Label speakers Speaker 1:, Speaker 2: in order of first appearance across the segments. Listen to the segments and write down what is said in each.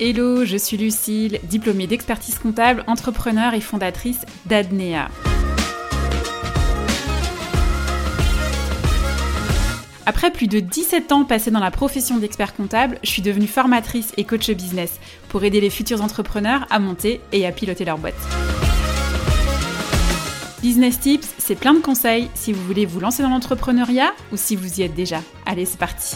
Speaker 1: Hello, je suis Lucille, diplômée d'expertise comptable, entrepreneur et fondatrice d'Adnea. Après plus de 17 ans passés dans la profession d'expert comptable, je suis devenue formatrice et coach business pour aider les futurs entrepreneurs à monter et à piloter leur boîte. Business Tips, c'est plein de conseils si vous voulez vous lancer dans l'entrepreneuriat ou si vous y êtes déjà. Allez, c'est parti!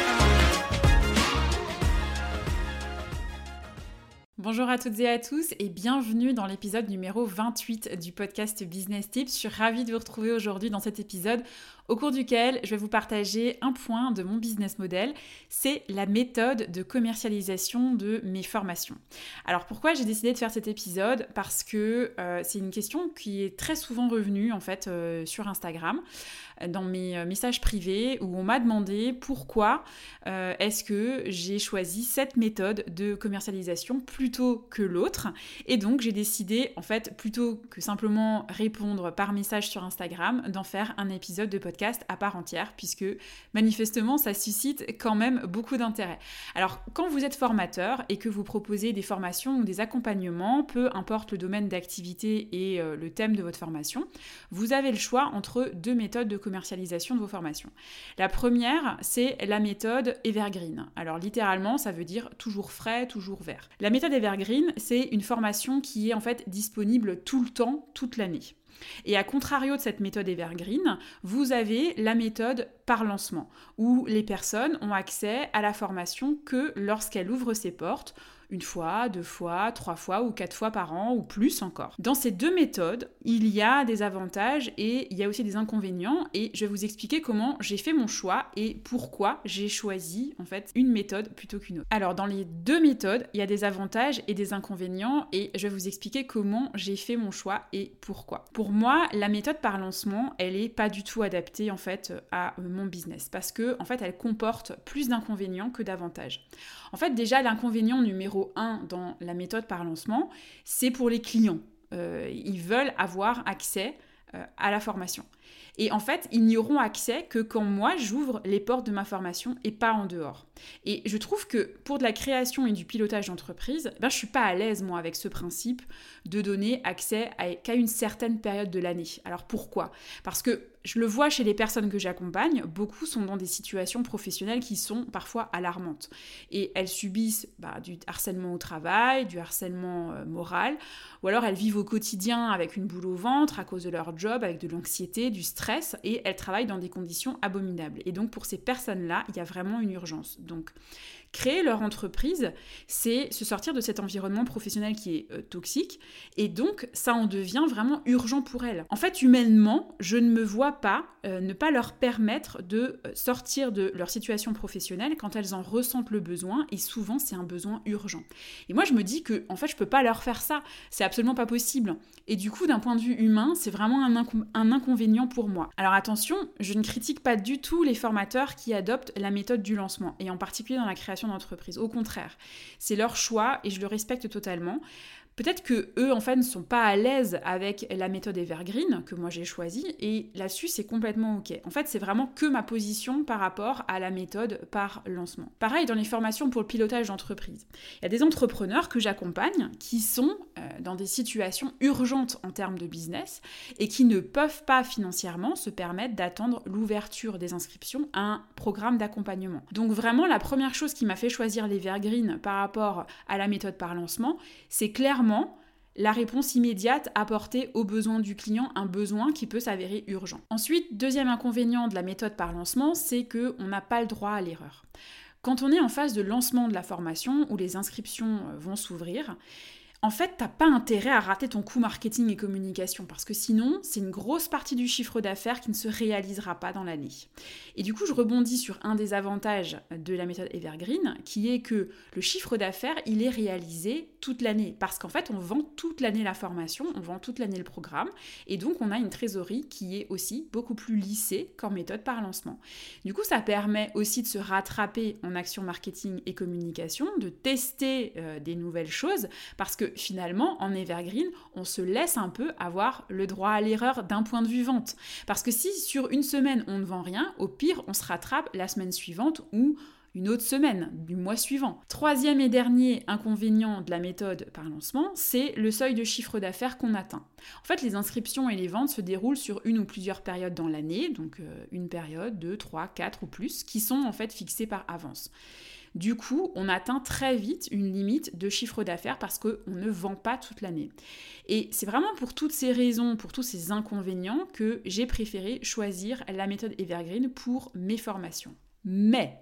Speaker 1: Bonjour à toutes et à tous et bienvenue dans l'épisode numéro 28 du podcast Business Tips. Je suis ravie de vous retrouver aujourd'hui dans cet épisode au cours duquel je vais vous partager un point de mon business model, c'est la méthode de commercialisation de mes formations. Alors pourquoi j'ai décidé de faire cet épisode ? Parce que c'est une question qui est très souvent revenue en fait sur Instagram, dans mes messages privés où on m'a demandé pourquoi est-ce que j'ai choisi cette méthode de commercialisation plutôt que l'autre. Et donc j'ai décidé en fait plutôt que simplement répondre par message sur Instagram, d'en faire un épisode de podcast à part entière puisque manifestement ça suscite quand même beaucoup d'intérêt. Alors quand vous êtes formateur et que vous proposez des formations ou des accompagnements, peu importe le domaine d'activité et le thème de votre formation, vous avez le choix entre deux méthodes de commercialisation de vos formations. La première, c'est la méthode Evergreen. Alors littéralement, ça veut dire toujours frais, toujours vert. La méthode Evergreen, c'est une formation qui est en fait disponible tout le temps, toute l'année. Et à contrario de cette méthode Evergreen, vous avez la méthode par lancement, où les personnes ont accès à la formation que lorsqu'elle ouvre ses portes, une fois, 2 fois, 3 fois ou 4 fois par an ou plus encore. Dans ces deux méthodes, il y a des avantages et il y a aussi des inconvénients et je vais vous expliquer comment j'ai fait mon choix et pourquoi j'ai choisi en fait une méthode plutôt qu'une autre. Alors dans les deux méthodes, il y a des avantages et des inconvénients et je vais vous expliquer comment j'ai fait mon choix et pourquoi. Pour moi, la méthode par lancement, elle est pas du tout adaptée en fait à mon business parce que en fait, elle comporte plus d'inconvénients que d'avantages. En fait, déjà l'inconvénient numéro 1 dans la méthode par lancement, c'est pour les clients. Ils veulent avoir accès à la formation. Et en fait, ils n'y auront accès que quand moi, j'ouvre les portes de ma formation et pas en dehors. Et je trouve que pour de la création et du pilotage d'entreprise, je ne suis pas à l'aise, moi, avec ce principe de donner accès qu'à une certaine période de l'année. Alors pourquoi ? Parce que je le vois chez les personnes que j'accompagne, beaucoup sont dans des situations professionnelles qui sont parfois alarmantes. Et elles subissent du harcèlement au travail, du harcèlement moral, ou alors elles vivent au quotidien avec une boule au ventre à cause de leur job, avec de l'anxiété, du stress, et elles travaillent dans des conditions abominables. Et donc pour ces personnes-là, il y a vraiment une urgence. Donc créer leur entreprise, c'est se sortir de cet environnement professionnel qui est toxique, et donc ça en devient vraiment urgent pour elles. En fait, humainement, je ne me vois pas ne pas leur permettre de sortir de leur situation professionnelle quand elles en ressentent le besoin, et souvent c'est un besoin urgent. Et moi je me dis que en fait je peux pas leur faire ça, c'est absolument pas possible. Et du coup d'un point de vue humain, c'est vraiment un inconvénient pour moi. Alors attention, je ne critique pas du tout les formateurs qui adoptent la méthode du lancement, et en particulier dans la création d'entreprise. Au contraire, c'est leur choix et je le respecte totalement. Peut-être que eux en fait ne sont pas à l'aise avec la méthode Evergreen que moi j'ai choisie et là-dessus c'est complètement ok. En fait c'est vraiment que ma position par rapport à la méthode par lancement. Pareil dans les formations pour le pilotage d'entreprise. Il y a des entrepreneurs que j'accompagne qui sont dans des situations urgentes en termes de business et qui ne peuvent pas financièrement se permettre d'attendre l'ouverture des inscriptions à un programme d'accompagnement. Donc vraiment la première chose qui m'a fait choisir l'Evergreen par rapport à la méthode par lancement, c'est clairement la réponse immédiate apportée aux besoins du client, un besoin qui peut s'avérer urgent. Ensuite, deuxième inconvénient de la méthode par lancement, c'est qu'on n'a pas le droit à l'erreur. Quand on est en phase de lancement de la formation, où les inscriptions vont s'ouvrir, en fait, t'as pas intérêt à rater ton coût marketing et communication parce que sinon, c'est une grosse partie du chiffre d'affaires qui ne se réalisera pas dans l'année. Et du coup, je rebondis sur un des avantages de la méthode Evergreen qui est que le chiffre d'affaires, il est réalisé toute l'année parce qu'en fait, on vend toute l'année la formation, on vend toute l'année le programme et donc on a une trésorerie qui est aussi beaucoup plus lissée qu'en méthode par lancement. Du coup, ça permet aussi de se rattraper en action marketing et communication, de tester des nouvelles choses parce que finalement, en Evergreen, on se laisse un peu avoir le droit à l'erreur d'un point de vue vente. Parce que si sur une semaine, on ne vend rien, au pire, on se rattrape la semaine suivante ou une autre semaine du mois suivant. Troisième et dernier inconvénient de la méthode par lancement, c'est le seuil de chiffre d'affaires qu'on atteint. En fait, les inscriptions et les ventes se déroulent sur une ou plusieurs périodes dans l'année, donc une période, 2, 3, 4 ou plus, qui sont en fait fixées par avance. Du coup, on atteint très vite une limite de chiffre d'affaires parce qu'on ne vend pas toute l'année. Et c'est vraiment pour toutes ces raisons, pour tous ces inconvénients, que j'ai préféré choisir la méthode Evergreen pour mes formations. Mais,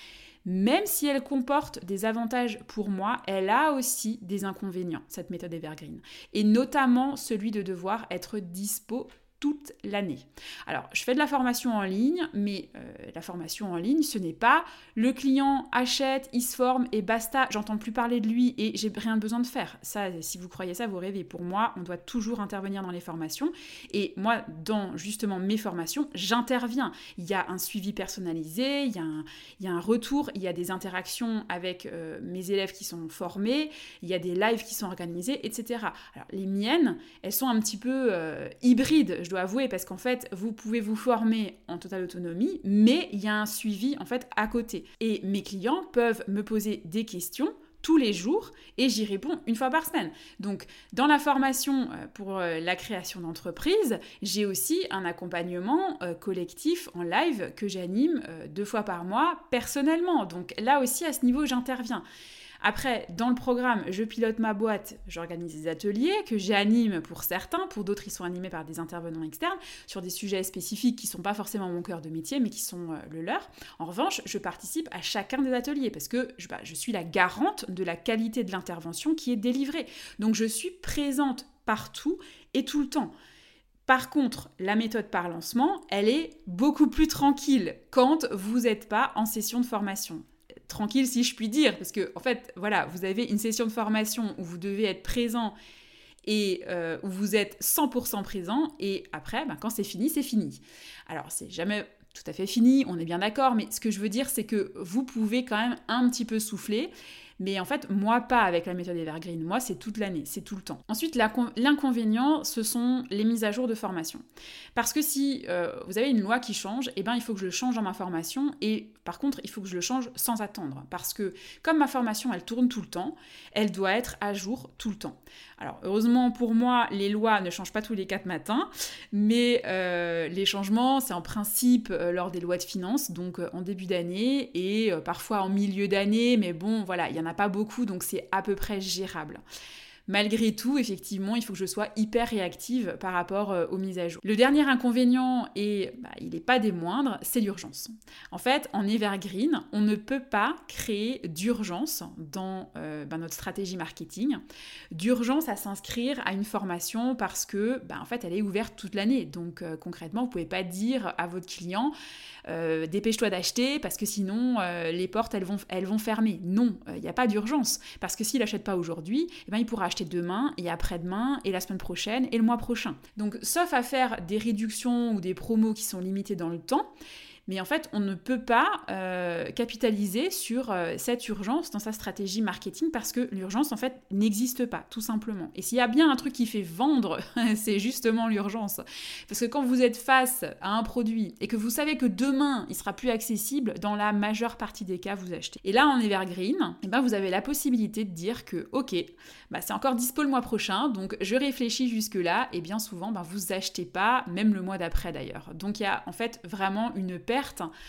Speaker 1: même si elle comporte des avantages pour moi, elle a aussi des inconvénients, cette méthode Evergreen. Et notamment celui de devoir être dispo toute l'année. Alors, je fais de la formation en ligne, mais la formation en ligne, ce n'est pas le client achète, il se forme et basta, j'entends plus parler de lui et j'ai rien besoin de faire. Ça, si vous croyez ça, vous rêvez. Pour moi, on doit toujours intervenir dans les formations. Et moi, dans justement mes formations, j'interviens. Il y a un suivi personnalisé, il y a un retour, il y a des interactions avec mes élèves qui sont formés, il y a des lives qui sont organisés, etc. Alors, les miennes, elles sont un petit peu hybrides, je dois avouer, parce qu'en fait, vous pouvez vous former en totale autonomie, mais il y a un suivi en fait à côté. Et mes clients peuvent me poser des questions tous les jours et j'y réponds une fois par semaine. Donc, dans la formation pour la création d'entreprise, j'ai aussi un accompagnement collectif en live que j'anime 2 fois par mois personnellement. Donc là aussi, à ce niveau, j'interviens. Après, dans le programme, je pilote ma boîte, j'organise des ateliers que j'anime pour certains, pour d'autres, ils sont animés par des intervenants externes sur des sujets spécifiques qui ne sont pas forcément mon cœur de métier, mais qui sont le leur. En revanche, je participe à chacun des ateliers parce que je suis la garante de la qualité de l'intervention qui est délivrée. Donc, je suis présente partout et tout le temps. Par contre, la méthode par lancement, elle est beaucoup plus tranquille quand vous n'êtes pas en session de formation. Tranquille si je puis dire, parce que en fait, voilà, vous avez une session de formation où vous devez être présent et où vous êtes 100% présent, et après, quand c'est fini, c'est fini. Alors, c'est jamais tout à fait fini, on est bien d'accord, mais ce que je veux dire, c'est que vous pouvez quand même un petit peu souffler. Mais en fait, moi, pas avec la méthode Evergreen. Moi, c'est toute l'année, c'est tout le temps. Ensuite, l'inconvénient, ce sont les mises à jour de formation. Parce que si vous avez une loi qui change, eh ben, il faut que je le change dans ma formation. Et par contre, il faut que je le change sans attendre. Parce que comme ma formation, elle tourne tout le temps, elle doit être à jour tout le temps. Alors, heureusement pour moi, les lois ne changent pas tous les 4 matins. Mais les changements, c'est en principe lors des lois de finances, donc en début d'année et parfois en milieu d'année. Mais bon, voilà, il y en a pas beaucoup, donc c'est à peu près gérable. Malgré tout, effectivement, il faut que je sois hyper réactive par rapport aux mises à jour. Le dernier inconvénient, et il n'est pas des moindres, c'est l'urgence. En fait, en Evergreen, on ne peut pas créer d'urgence dans notre stratégie marketing. D'urgence à s'inscrire à une formation parce que, en fait, elle est ouverte toute l'année. Donc, concrètement, vous ne pouvez pas dire à votre client dépêche-toi d'acheter parce que sinon, les portes, elles vont fermer. Non, il n'y a pas d'urgence. Parce que s'il n'achète pas aujourd'hui, il pourra acheter demain et après-demain et la semaine prochaine et le mois prochain. Donc, sauf à faire des réductions ou des promos qui sont limitées dans le temps, mais en fait, on ne peut pas capitaliser sur cette urgence dans sa stratégie marketing parce que l'urgence, en fait, n'existe pas, tout simplement. Et s'il y a bien un truc qui fait vendre, c'est justement l'urgence. Parce que quand vous êtes face à un produit et que vous savez que demain, il sera plus accessible, dans la majeure partie des cas, vous achetez. Et là, en Evergreen, vous avez la possibilité de dire que, ok, c'est encore dispo le mois prochain, donc je réfléchis jusque-là, et bien souvent, vous achetez pas, même le mois d'après d'ailleurs. Donc il y a en fait vraiment une perte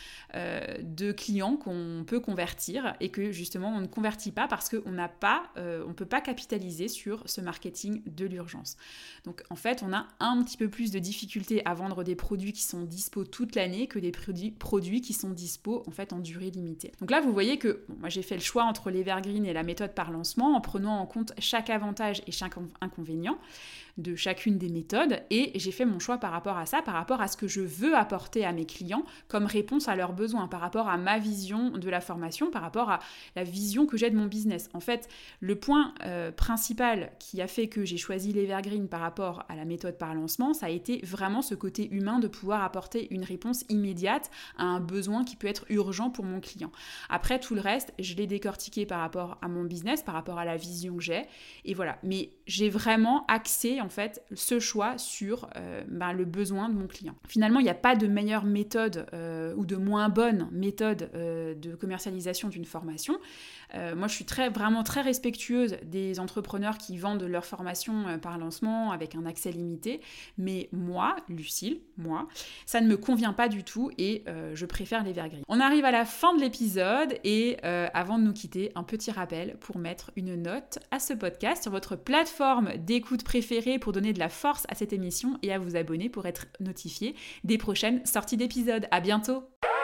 Speaker 1: de clients qu'on peut convertir et que justement on ne convertit pas parce qu'on n'a pas, on peut pas capitaliser sur ce marketing de l'urgence. Donc en fait on a un petit peu plus de difficulté à vendre des produits qui sont dispo toute l'année que des produits qui sont dispo en fait en durée limitée. Donc là vous voyez que moi j'ai fait le choix entre l'Evergreen et la méthode par lancement en prenant en compte chaque avantage et chaque inconvénient de chacune des méthodes et j'ai fait mon choix par rapport à ça, par rapport à ce que je veux apporter à mes clients comme réponse à leurs besoins, par rapport à ma vision de la formation, par rapport à la vision que j'ai de mon business. En fait, le point principal qui a fait que j'ai choisi l'Evergreen par rapport à la méthode par lancement, ça a été vraiment ce côté humain de pouvoir apporter une réponse immédiate à un besoin qui peut être urgent pour mon client. Après, tout le reste, je l'ai décortiqué par rapport à mon business, par rapport à la vision que j'ai, et voilà. Mais j'ai vraiment axé en fait ce choix sur le besoin de mon client. Finalement, il n'y a pas de meilleure méthode ou de moins bonne méthode de commercialisation d'une formation. Moi, je suis vraiment très respectueuse des entrepreneurs qui vendent leur formation par lancement avec un accès limité. Mais moi, Lucille, ça ne me convient pas du tout et je préfère l'Evergreen. On arrive à la fin de l'épisode et avant de nous quitter, un petit rappel pour mettre une note à ce podcast sur votre plateforme d'écoute préférée pour donner de la force à cette émission et à vous abonner pour être notifié des prochaines sorties d'épisodes. À bientôt!